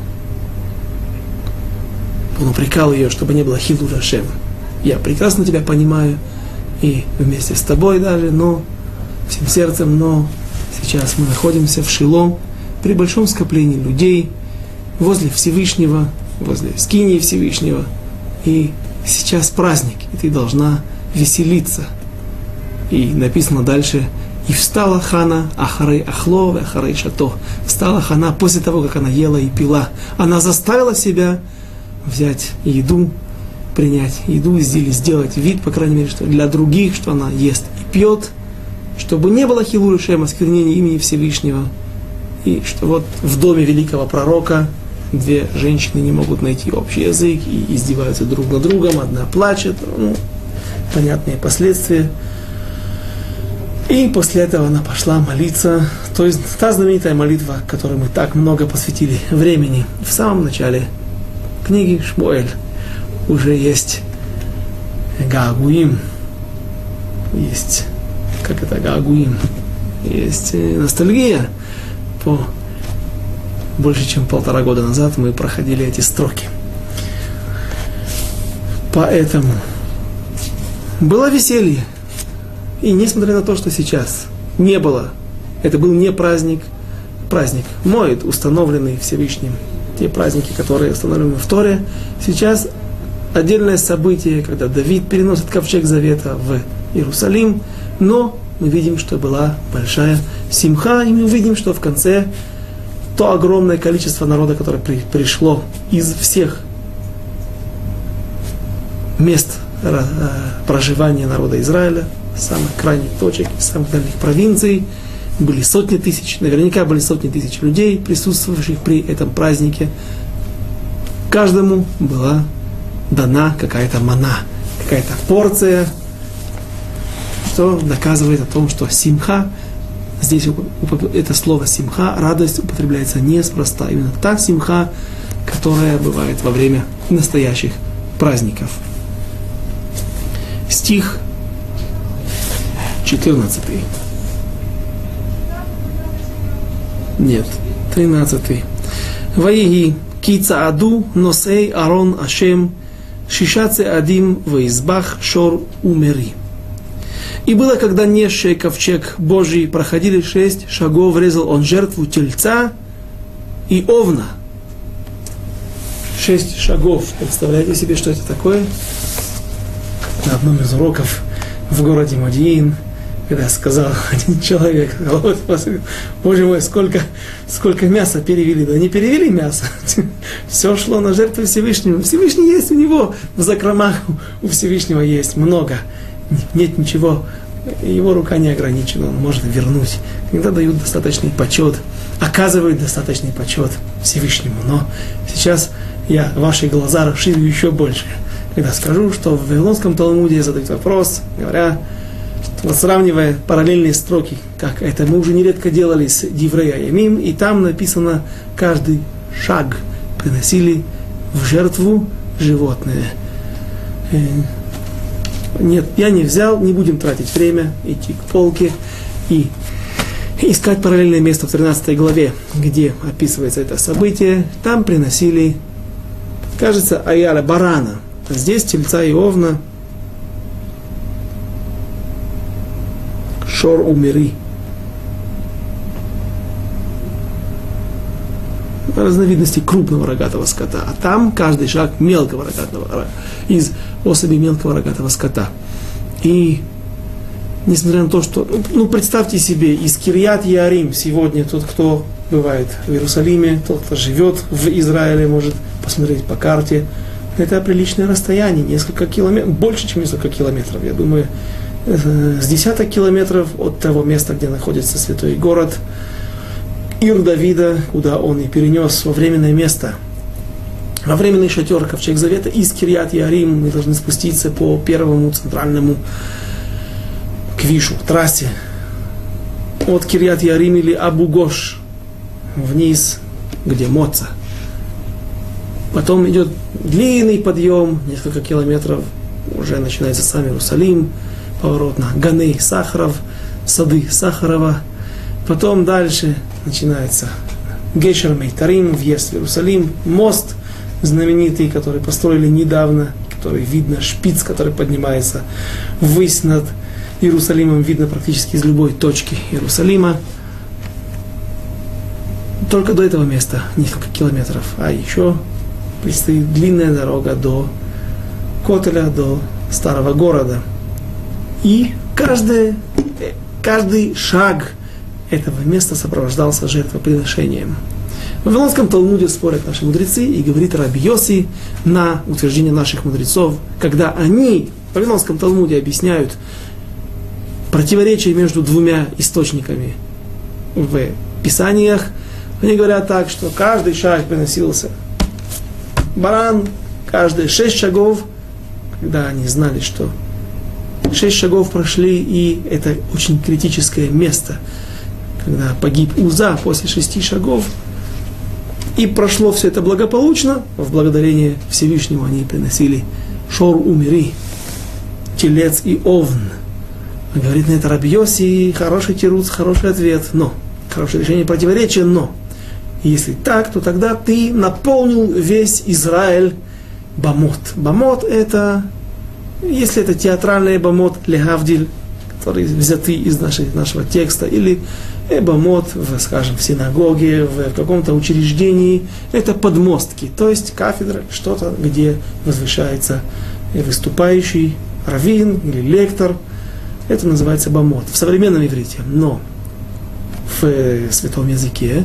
он упрекал ее, чтобы не было хилур Ашем. Я прекрасно тебя понимаю, и вместе с тобой даже, но всем сердцем, но сейчас мы находимся в Шило, при большом скоплении людей, возле Всевышнего, возле скинии Всевышнего, и сейчас праздник, и ты должна веселиться. И написано дальше: «И встала Хана ахарей ахло ве ахарей шато». Встала Хана после того, как она ела и пила. Она заставила себя взять еду, принять еду, или сделать вид, по крайней мере, что для других, что она ест и пьет, чтобы не было хилур Шем, осквернения имени Всевышнего. И что вот в доме великого пророка две женщины не могут найти общий язык и издеваются друг над другом, одна плачет, понятные последствия. И после этого она пошла молиться, то есть та знаменитая молитва, которой мы так много посвятили времени в самом начале книги Шмуэль. Уже есть гаагуим, есть, как это гаагуим, есть ностальгия. Больше чем 1,5 года назад мы проходили эти строки. Поэтому было веселье. И несмотря на то, что сейчас не было, это был не праздник, праздник Моэд, установленный Всевышним, те праздники, которые установлены в Торе, сейчас отдельное событие, когда Давид переносит ковчег Завета в Иерусалим, но мы видим, что была большая симха, и мы видим, что в конце то огромное количество народа, которое пришло из всех мест проживания народа Израиля, самых крайних точек, самых дальних провинций, были сотни тысяч, наверняка были сотни тысяч людей, присутствовавших при этом празднике. Каждому была дана какая-то мана, какая-то порция, что доказывает о том, что симха, здесь это слово симха, радость, употребляется неспроста. Именно та симха, которая бывает во время настоящих праздников. Стих 14. Нет, 13. Ваиги Ки цааду носей Арон Ашем шиша цеадим ваизбах шор умери. И было, когда несший ковчег Божий проходили 6 шагов, резал он жертву тельца и овна. 6 шагов. Представляете себе, что это такое? На одном из уроков в городе Модиин, когда сказал один человек, Боже мой, сколько мяса перевели. Да не перевели мясо. Все шло на жертву Всевышнему. Всевышний есть у него. В закромах у Всевышнего есть много. Нет ничего. Его рука не ограничена. Он может вернуть. Когда дают достаточный почет, оказывают достаточный почет Всевышнему. Но сейчас я ваши глаза расширю еще больше. Когда скажу, что в Вавилонском Талмуде задают вопрос, говоря, сравнивая параллельные строки, как это мы уже нередко делали с Диврей Аямим, и там написано, каждый шаг приносили в жертву животное. Нет, я не взял, не будем тратить время, идти к полке и искать параллельное место в 13 главе, где описывается это событие. Там приносили, кажется, аяля, барана. А здесь тельца и овна. Шор умери. Разновидности крупного рогатого скота. А там каждый шаг мелкого рогатого, из особей мелкого рогатого скота. И несмотря на то, что... представьте себе, из Кирьят-Яарим сегодня тот, кто бывает в Иерусалиме, тот, кто живет в Израиле, может посмотреть по карте. Это приличное расстояние, несколько километров, больше, чем несколько километров. Я думаю, с десяток километров от того места, где находится святой город Ир Давида, куда он и перенес во временное место, во временный шатер Ковчег Завета из Кирьят-Яарим. Мы должны спуститься по первому центральному квишу, трассе от Кирьят-Яарим или Абу-Гош вниз, где Моца. Потом идет длинный подъем, несколько километров, уже начинается сам Иерусалим, поворот на Ганей Сахаров, сады Сахарова. Потом дальше начинается Гешер Мейтарим, въезд в Иерусалим, мост знаменитый, который построили недавно, который видно, шпиц, который поднимается ввысь над Иерусалимом, видно практически из любой точки Иерусалима. Только до этого места несколько километров, а еще предстоит длинная дорога до Котеля, до старого города. И каждый шаг этого места сопровождался жертвоприношением. В Вавилонском Талмуде спорят наши мудрецы, и говорит Раби Йоси на утверждение наших мудрецов, когда они в Вавилонском Талмуде объясняют противоречие между двумя источниками в Писаниях, они говорят так, что каждый шаг приносился баран, каждые 6 шагов, когда они знали, что 6 шагов прошли, и это очень критическое место, когда погиб Уза после 6 шагов, и прошло все это благополучно, в благодарение Всевышнему они приносили шор умери, телец и овн. Говорит на это Раби Йоси, хороший тируц, хороший ответ, но, хорошее решение противоречия, но, если так, то тогда ты наполнил весь Израиль бамот. Бамот это, если это театральный бамот, легавдиль, которые взяты из нашего текста, или бамот, скажем, в синагоге, в каком-то учреждении, это подмостки, то есть кафедра, что-то, где возвышается выступающий раввин или лектор. Это называется бамот в современном иврите, но в святом языке,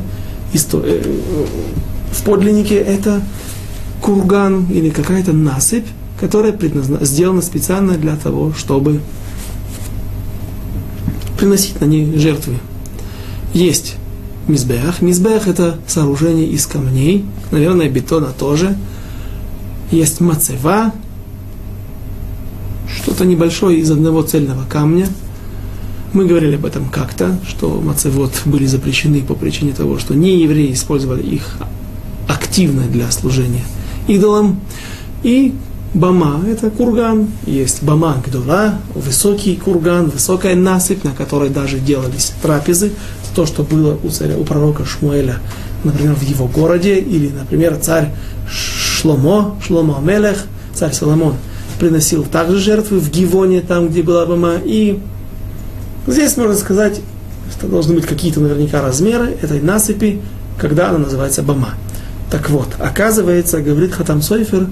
в подлиннике это курган или какая-то насыпь, которая сделана специально для того, чтобы приносить на ней жертвы. Есть мизбех. Мизбех это сооружение из камней, наверное, бетона тоже. Есть мацева, что-то небольшое из одного цельного камня. Мы говорили об этом как-то, что мацевот были запрещены по причине того, что неевреи использовали их активно для служения идолам. И бама – это курган. Есть бама гдула, высокий курган, высокая насыпь, на которой даже делались трапезы. то, что было у пророка Шмуэля, например, в его городе, или, например, царь Шломо Амелех, царь Соломон, приносил также жертвы в Гивоне, там, где была Бама. И здесь можно сказать, что должны быть какие-то наверняка размеры этой насыпи, когда она называется Бама. Так вот, оказывается, говорит Хатам Софер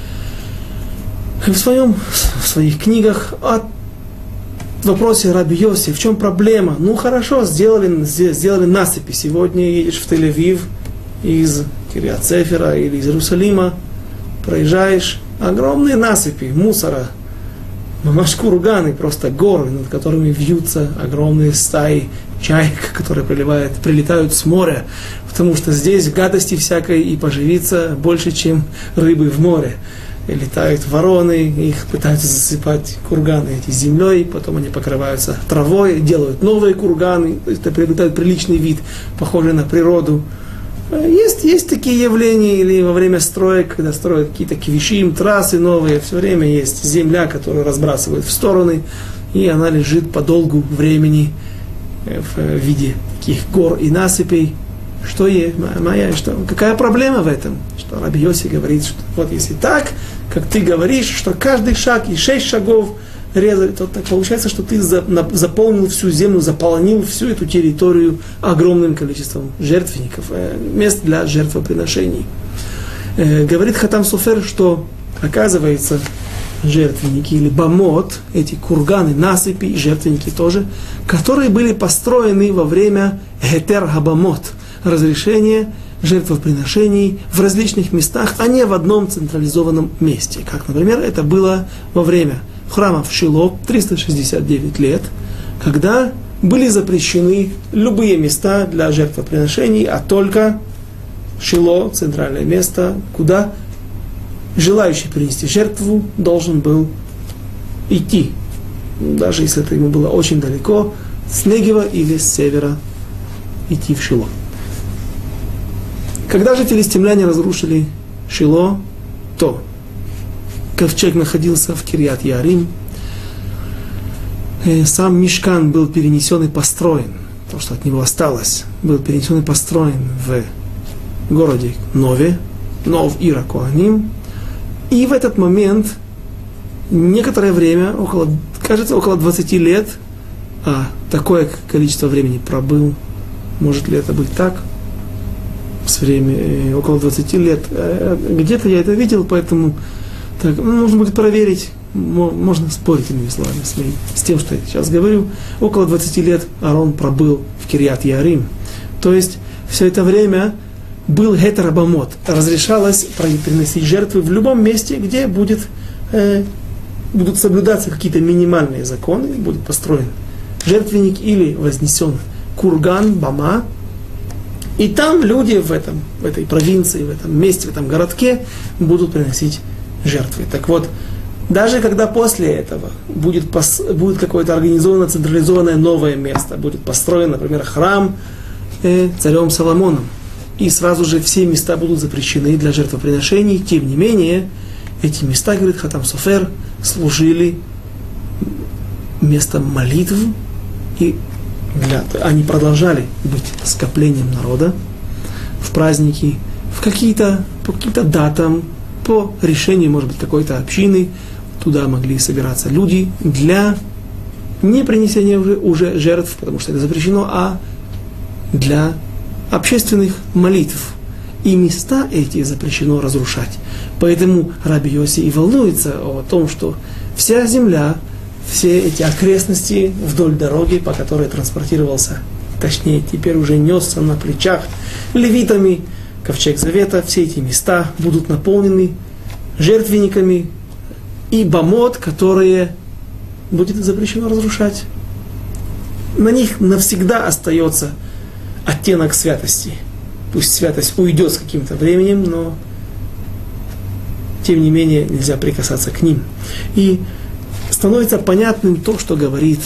в своих книгах о вопросе Раби Йоси, в чем проблема? Ну хорошо, сделали насыпи. Сегодня едешь в Тель-Авив из Кирьят-Сефера или из Иерусалима, проезжаешь, огромные насыпи мусора, мамаш курганы, просто горы, над которыми вьются огромные стаи чаек, которые прилетают с моря, потому что здесь гадости всякой и поживиться больше, чем рыбы в море. И летают вороны, их пытаются засыпать курганы эти землей, потом они покрываются травой, делают новые курганы, то есть это приобретает приличный вид, похожий на природу. Есть такие явления, или во время строек, когда строят какие-то кивишим, трассы новые, все время есть земля, которую разбрасывают в стороны, и она лежит по долгу времени в виде таких гор и насыпей. Какая проблема в этом? Что Раби Йоси говорит, что вот если так, как ты говоришь, что каждый шаг и 6 шагов резали, то так получается, что ты заполнил всю землю, заполонил всю эту территорию огромным количеством жертвенников, мест для жертвоприношений. Говорит Хатам Софер, что оказывается жертвенники или бамот, эти курганы, насыпи и жертвенники тоже, которые были построены во время гетер габамот, разрешения жертвоприношений в различных местах, а не в одном централизованном месте. Как, например, это было во время храма в Шило 369 лет, когда были запрещены любые места для жертвоприношений, а только Шило, центральное место, куда желающий принести жертву должен был идти, даже если это ему было очень далеко, с Негева или с севера идти в Шило. Когда же филистимляне разрушили Шило, то ковчег находился в Кирьят-Ярим, сам Мишкан был перенесен и построен, то, что от него осталось, был перенесен и построен в городе Нове, Нов Ира Коаним, и в этот момент некоторое время, около 20 лет, а такое количество времени пробыл, может ли это быть так, с времени около 20 лет, где-то я это видел, поэтому так, нужно будет проверить, можно спорить иными словами с тем, что я сейчас говорю. Около 20 лет Аарон пробыл в Кирьят-Ярим, то есть все это время был гетер бамот, разрешалось приносить жертвы в любом месте, где будут соблюдаться какие-то минимальные законы, будет построен жертвенник или вознесен курган, бама, и там люди в этой провинции, в этом месте, в этом городке будут приносить жертвы. Так вот, даже когда после этого будет какое-то организованное, централизованное новое место, будет построен, например, храм царем Соломоном, и сразу же все места будут запрещены для жертвоприношений, тем не менее, эти места, говорит Хатам Софер, служили местом молитв, и они продолжали быть скоплением народа в праздники, по каким-то датам, по решению, может быть, какой-то общины, туда могли собираться люди для не принесения уже жертв, потому что это запрещено, а для общественных молитв. И места эти запрещено разрушать. Поэтому Раби Йоси и волнуется о том, что вся земля, все эти окрестности вдоль дороги, по которой транспортировался, точнее, теперь уже несся на плечах левитами ковчег Завета, все эти места будут наполнены жертвенниками и бамот, которые будет запрещено разрушать. На них навсегда остается оттенок святости. Пусть святость уйдет с каким-то временем, но тем не менее нельзя прикасаться к ним. И становится понятным то, что говорит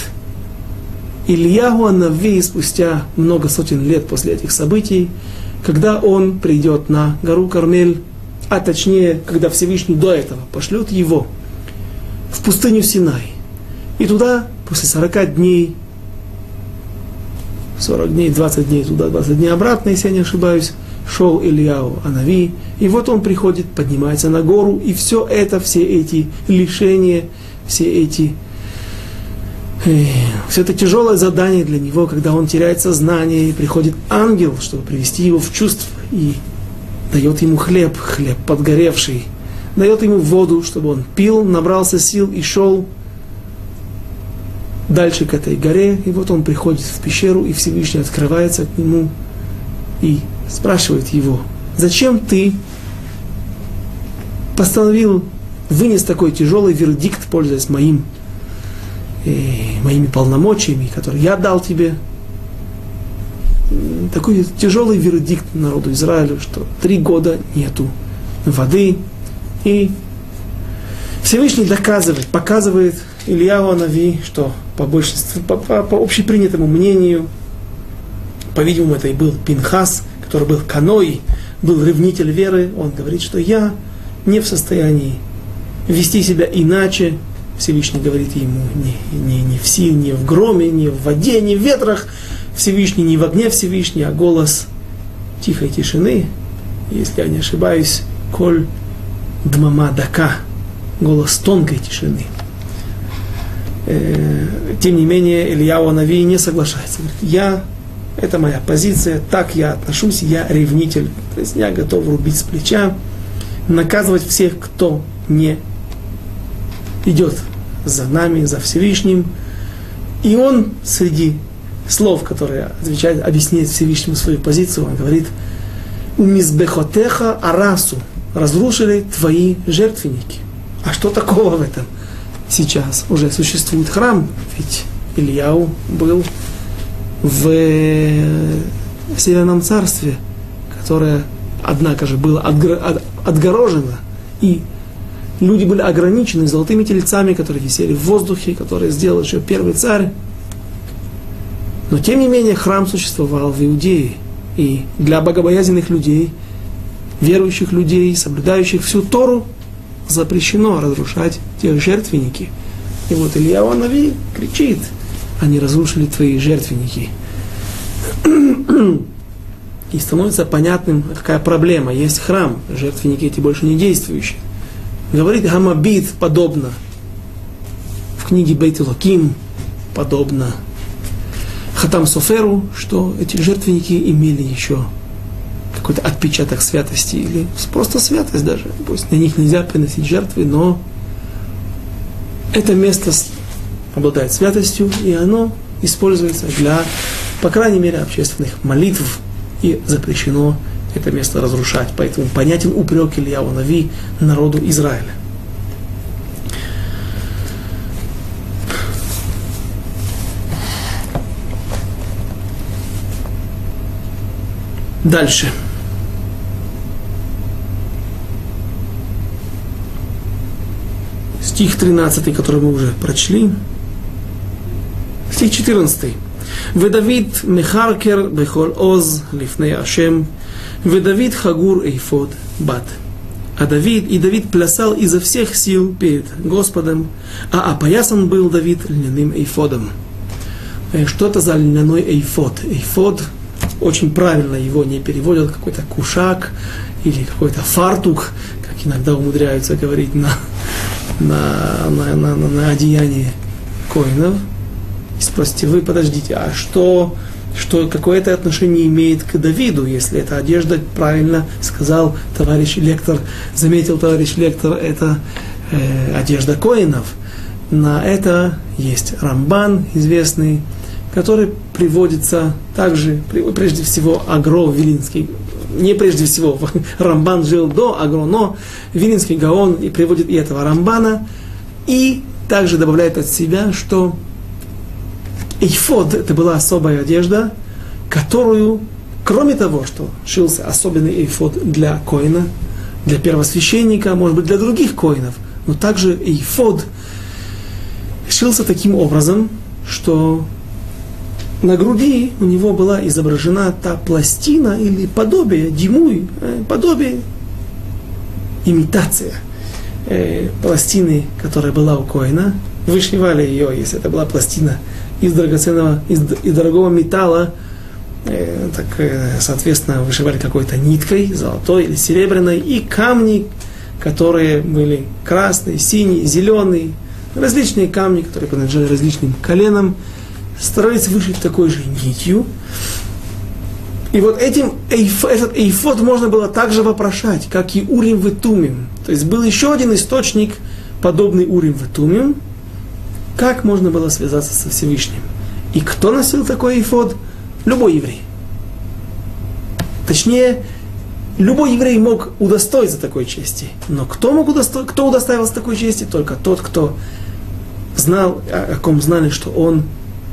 Ильяху ан-Нави спустя много сотен лет после этих событий, когда он придет на гору Кармель, а точнее, когда Всевышний до этого пошлет его в пустыню Синай. И туда после 40 дней 40 дней, 20 дней туда, 20 дней обратно, если я не ошибаюсь, шел Ильяу Анави, и вот он приходит, поднимается на гору, и все эти лишения, все это тяжелое задание для него, когда он теряет сознание, и приходит ангел, чтобы привести его в чувство, и дает ему хлеб подгоревший, дает ему воду, чтобы он пил, набрался сил и шел дальше к этой горе, и вот он приходит в пещеру, и Всевышний открывается к нему и спрашивает его: зачем ты вынес такой тяжелый вердикт, пользуясь моими полномочиями, которые я дал тебе? Такой тяжелый вердикт народу Израиля, что 3 года нету воды, и Всевышний показывает Ильяу Анави, что по общепринятому мнению, по-видимому, это и был Пинхас, который был каной, был ревнитель веры. Он говорит, что я не в состоянии вести себя иначе. Всевышний говорит ему не в силе, не в громе, не в воде, не в ветрах. Всевышний не в огне Всевышний, а голос тихой тишины. Если я не ошибаюсь, коль дмама дака, голос тонкой тишины. Тем не менее, Ильяу Анави не соглашается. Говорит, это моя позиция, так я отношусь, я ревнитель. То есть я готов рубить с плеча, наказывать всех, кто не идет за нами, за Всевышним. И он среди слов, которые объясняет Всевышнему свою позицию, он говорит: «Умизбехотеха арасу», разрушили твои жертвенники. А что такого в этом? Сейчас уже существует храм, ведь Ильяу был в Северном царстве, которое, однако же, было отгорожено, и люди были ограничены золотыми тельцами, которые висели в воздухе, которые сделал еще первый царь. Но, тем не менее, храм существовал в Иудее, и для богобоязненных людей, верующих людей, соблюдающих всю Тору, запрещено разрушать те жертвенники. И вот Ильяу Анави кричит: они разрушили твои жертвенники. И становится понятным, какая проблема. Есть храм, жертвенники эти больше не действующие. Говорит Гамабит подобно. В книге Бейт Элоким подобно Хатам Соферу, что эти жертвенники имели еще какой-то отпечаток святости, или просто святость даже. Пусть на них нельзя приносить жертвы, но это место обладает святостью, и оно используется для, по крайней мере, общественных молитв, и запрещено это место разрушать. Поэтому понятен упрек Ильяу Анави народу Израиля. Дальше. Стих 13, который мы уже прочли. Стих 14. «Ведавид мехаркер бехол оз лифней Ашем, ведавид хагур эйфод бат». А Давид плясал изо всех сил перед Господом, а опоясан был Давид льняным эйфодом. Что это за льняной эйфод? Эйфод, очень правильно его не переводят, какой-то кушак или какой-то фартук, как иногда умудряются говорить на одеянии коинов. И спросите вы: подождите, а что какое это отношение имеет к Давиду, если эта одежда, правильно сказал товарищ лектор, заметил товарищ лектор, это одежда коинов. На это есть Рамбан известный, который приводится также, прежде всего, Агро Вилинский, не прежде всего, Рамбан жил до Агро, но Вилинский Гаон и приводит и этого Рамбана, и также добавляет от себя, что эйфод — это была особая одежда, которую, кроме того, что шился особенный эйфод для коина, для первосвященника, может быть, для других коинов, но также эйфод шился таким образом, что на груди у него была изображена та пластина или подобие, димуй, подобие, имитация пластины, которая была у коина. Вышивали ее, если это была пластина из драгоценного, из дорогого металла, соответственно, вышивали какой-то ниткой, золотой или серебряной, и камни, которые были красные, синие, зеленые, различные камни, которые принадлежали различным коленам, старались вышить такой же нитью. И вот этот эйфод можно было также вопрошать, как и Урим ве Тумим. То есть был еще один источник, подобный Урим ве Тумим, как можно было связаться со Всевышним. И кто носил такой эйфод? Любой еврей. Точнее, любой еврей мог удостоиться такой чести. Но кто удостоился такой чести? Только тот, кто знал, о ком знали, что он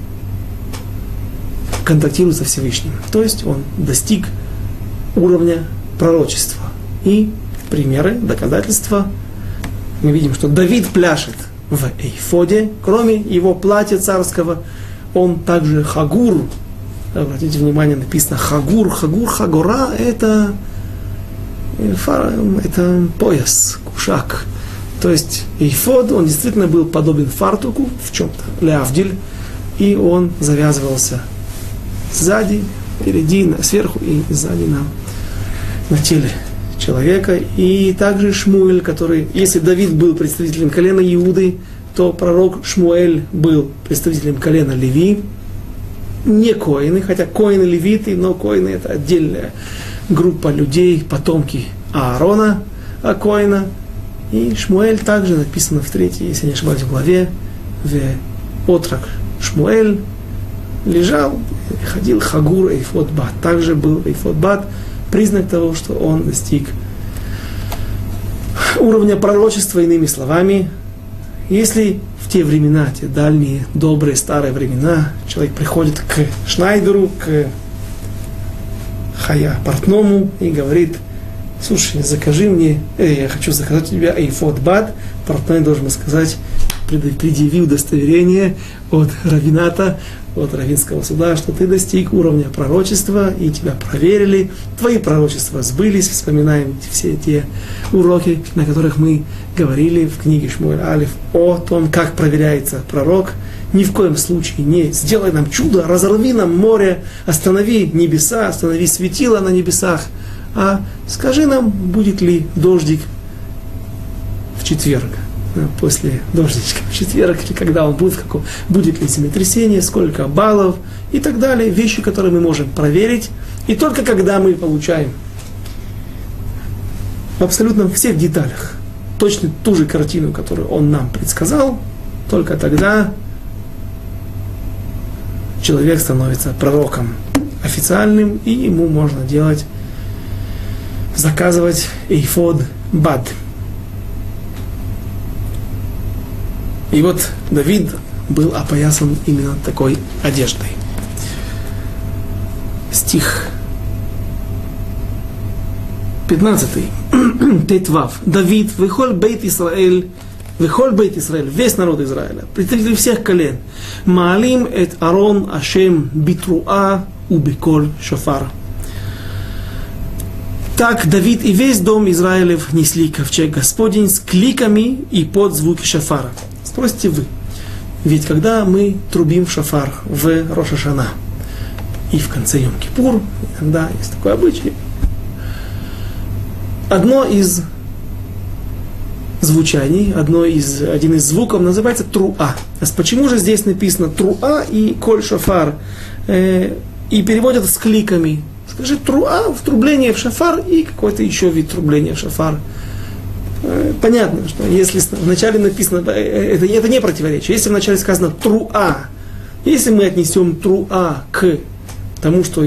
контактирует со Всевышним. То есть он достиг уровня пророчества. И примеры, доказательства. Мы видим, что Давид пляшет в эйфоде. Кроме его платья царского, он также хагур. Обратите внимание, написано хагур. Хагура это пояс, кушак. То есть эйфод, он действительно был подобен фартуку в чем-то, леавдиль, и он завязывался сзади, впереди, сверху и сзади на теле человека. И также Шмуэль, который, если Давид был представителем колена Иуды, то пророк Шмуэль был представителем колена Леви. Не коины, хотя коины левиты, но коины это отдельная группа людей, потомки Аарона, коина. И Шмуэль также написано в 3, если не ошибаюсь, в главе, в отрок Шмуэль лежал, ходил хагур эйфод бат. Также был эйфод бат, признак того, что он достиг уровня пророчества, иными словами. Если в те времена, те дальние, добрые, старые времена, человек приходит к шнайдеру, к портному и говорит: слушай, закажи мне, я хочу заказать у тебя эйфод бат. Портной должен сказать: предъяви удостоверение от раввината, от раввинского суда, что ты достиг уровня пророчества, и тебя проверили, твои пророчества сбылись. Вспоминаем все те уроки, на которых мы говорили в книге Шмуэль Алеф о том, как проверяется пророк. Ни в коем случае не сделай нам чудо, разорви нам море, останови небеса, останови светило на небесах, а скажи нам, будет ли дождик в четверг, после дождичка в четверг, или когда он будет, будет ли землетрясение, сколько баллов и так далее. Вещи, которые мы можем проверить. И только когда мы получаем в абсолютно всех деталях точно ту же картину, которую он нам предсказал, только тогда человек становится пророком официальным, и ему можно заказывать эйфод бат. И вот Давид был опоясан именно такой одеждой. Стих 15. Тейтвав. Давид, вехоль бейт Исраэль, весь народ Израиля, представители всех колен, маалим эт Арон Ашем битруа убеколь шофар. Так Давид и весь дом Израилев несли ковчег Господень с кликами и под звуки шофара. Спросите вы, ведь когда мы трубим в шофар в Рош ха-Шана и в конце Йом-Кипур, иногда есть такой обычай, одно из звучаний, один из звуков называется труа. Почему же здесь написано труа и коль шофар? И переводят с кликами. Скажи, труа, втрубление в шофар и какой-то еще вид трубления в шофар. Понятно, что если вначале написано, это не противоречие. Если вначале сказано труа, если мы отнесем труа к тому, что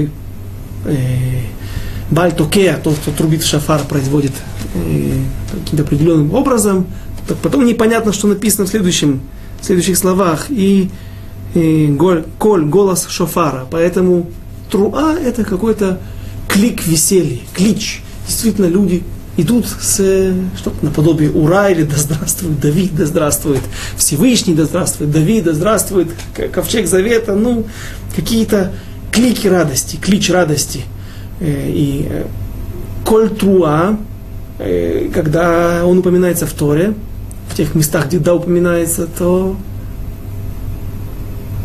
бальтокеа, тот, кто трубит в шофар, производит каким-то определенным образом, то потом непонятно, что написано в следующих словах. И коль, голос шофара. Поэтому труа это какой-то клик веселья, клич. Действительно, люди идут с что-то наподобие ура, или да здравствует Давид, да здравствует Всевышний, да здравствует Давид, да здравствует ковчег завета, какие-то клики радости, клич радости. И коль труа, когда он упоминается в Торе, в тех местах, где да упоминается, то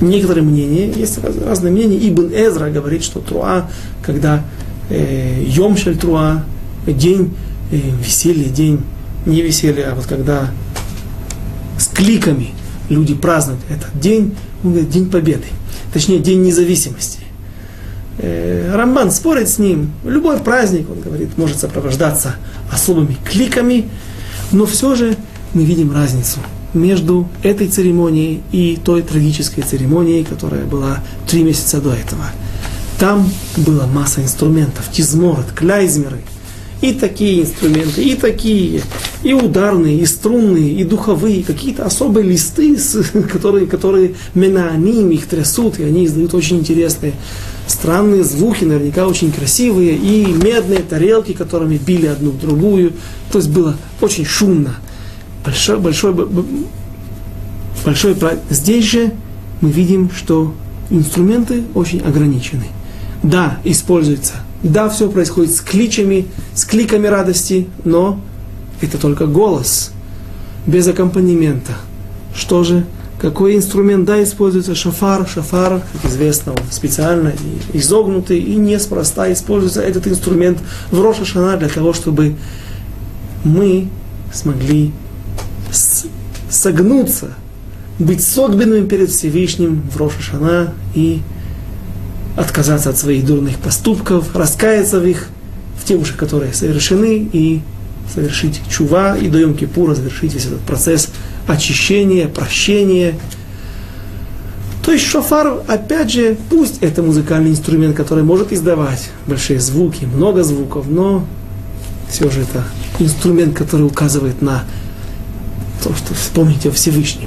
некоторые мнения, есть разные мнения. Ибн Эзра говорит, что труа, когда Йом шель труа, день веселья, день не веселья, а вот когда с кликами люди празднуют этот день, он говорит, день победы, точнее, день независимости. Рамбан спорит с ним. Любой праздник, он говорит, может сопровождаться особыми кликами, но все же мы видим разницу между этой церемонией и той трагической церемонией, которая была 3 месяца до этого. Там была масса инструментов, тизморет, кляйзмеры, и такие инструменты, и такие, и ударные, и струнные, и духовые, какие-то особые листы, которые менааним, их трясут, и они издают очень интересные, странные звуки, наверняка очень красивые, и медные тарелки, которыми били одну в другую. То есть было очень шумно. Большой праздник. Здесь же мы видим, что инструменты очень ограничены. Да, используется. Да, все происходит с кликами радости, но это только голос, без аккомпанемента. Что же? Какой инструмент? Да, используется шафар. Шафар, как известно, он специально изогнутый и неспроста используется этот инструмент в Рош ха-Шана для того, чтобы мы смогли согнуться, быть согбенными перед Всевышним в Рош ха-Шана и отказаться от своих дурных поступков, раскаяться в тех уже, которые совершены, и совершить чува, и до Йом-Кипура завершить весь этот процесс очищения, прощения. То есть шофар, опять же, пусть это музыкальный инструмент, который может издавать большие звуки, много звуков, но все же это инструмент, который указывает на то, что вспомните о Всевышнем.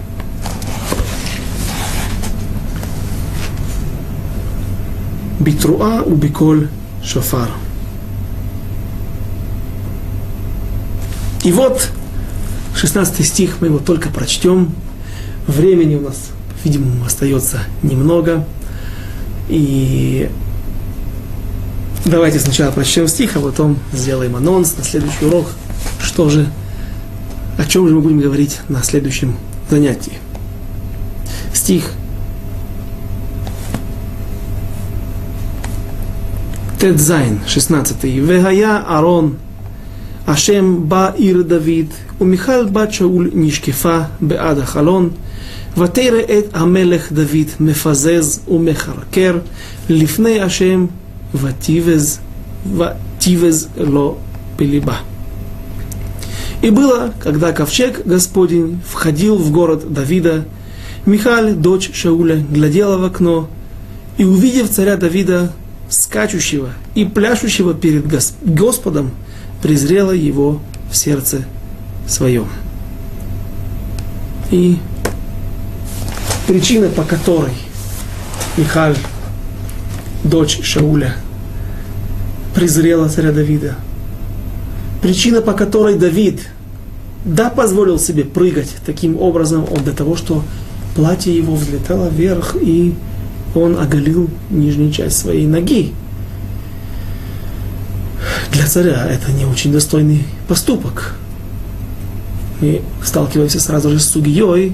Битруа у биколь шофар. И вот 16 стих, мы его только прочтем. Времени у нас, по-видимому, остается немного. И давайте сначала прочтем стих, а потом сделаем анонс на следующий урок. Что же, о чем же мы будем говорить на следующем занятии. Стих Тет Зайн, 16. Вехая Арон Ашем ба ир Давид, ומיכל בת שאול נשקפה בעד החלון, ותראה את המלך דוד מפזז ומחרקר לפני השם, ותיבז לו белиба. И было, когда ковчег Господень входил в город Давида, Михаль, дочь Шауля, глядела в окно, и, увидев царя Давида, скачущего и пляшущего перед Господом, презрела его в сердце своем. И причина, по которой Михаль, дочь Шауля, презрела царя Давида, причина, по которой Давид, да, позволил себе прыгать таким образом, он для того, что платье его взлетало вверх, и он оголил нижнюю часть своей ноги. Для царя это не очень достойный поступок. Мы сталкиваемся сразу же с сугией.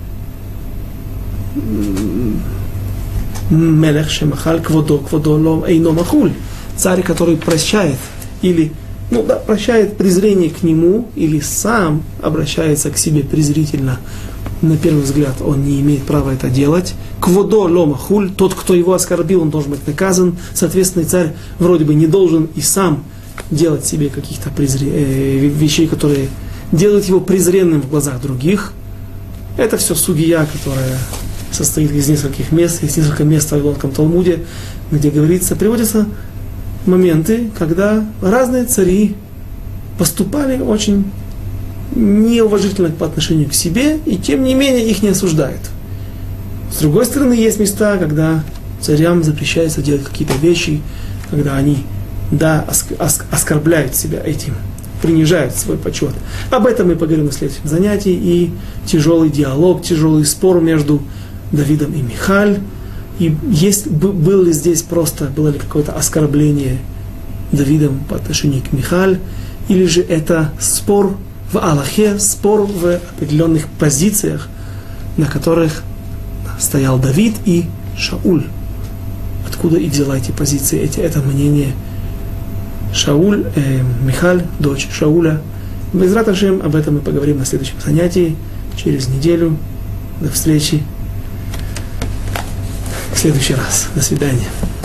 Мелех шемахаль кводо ло эйно махуль. Царь, который прощает, или прощает презрение к нему, или сам обращается к себе презрительно. На первый взгляд он не имеет права это делать. Кводо ло махуль. Тот, кто его оскорбил, он должен быть наказан. Соответственно, царь вроде бы не должен и сам делать себе каких-то вещей, которые делают его презренным в глазах других. Это все сугия, которая состоит из нескольких мест. Есть несколько мест в Вавилонском Талмуде, где говорится, приводятся моменты, когда разные цари поступали очень неуважительно по отношению к себе, и тем не менее их не осуждают. С другой стороны, есть места, когда царям запрещается делать какие-то вещи, когда они, оскорбляют себя этим, принижают свой почет. Об этом мы поговорим на следующем занятии, и тяжелый диалог, тяжелый спор между Давидом и Михаль. И было ли какое-то оскорбление Давидом по отношению к Михаль, или же это спор в Аллахе, спор в определенных позициях, на которых стоял Давид и Шауль. Откуда и взяла эти позиции, это мнение Шауль, Михаль, дочь Шауля. Безрат Ашем, об этом мы поговорим на следующем занятии, через неделю. До встречи в следующий раз. До свидания.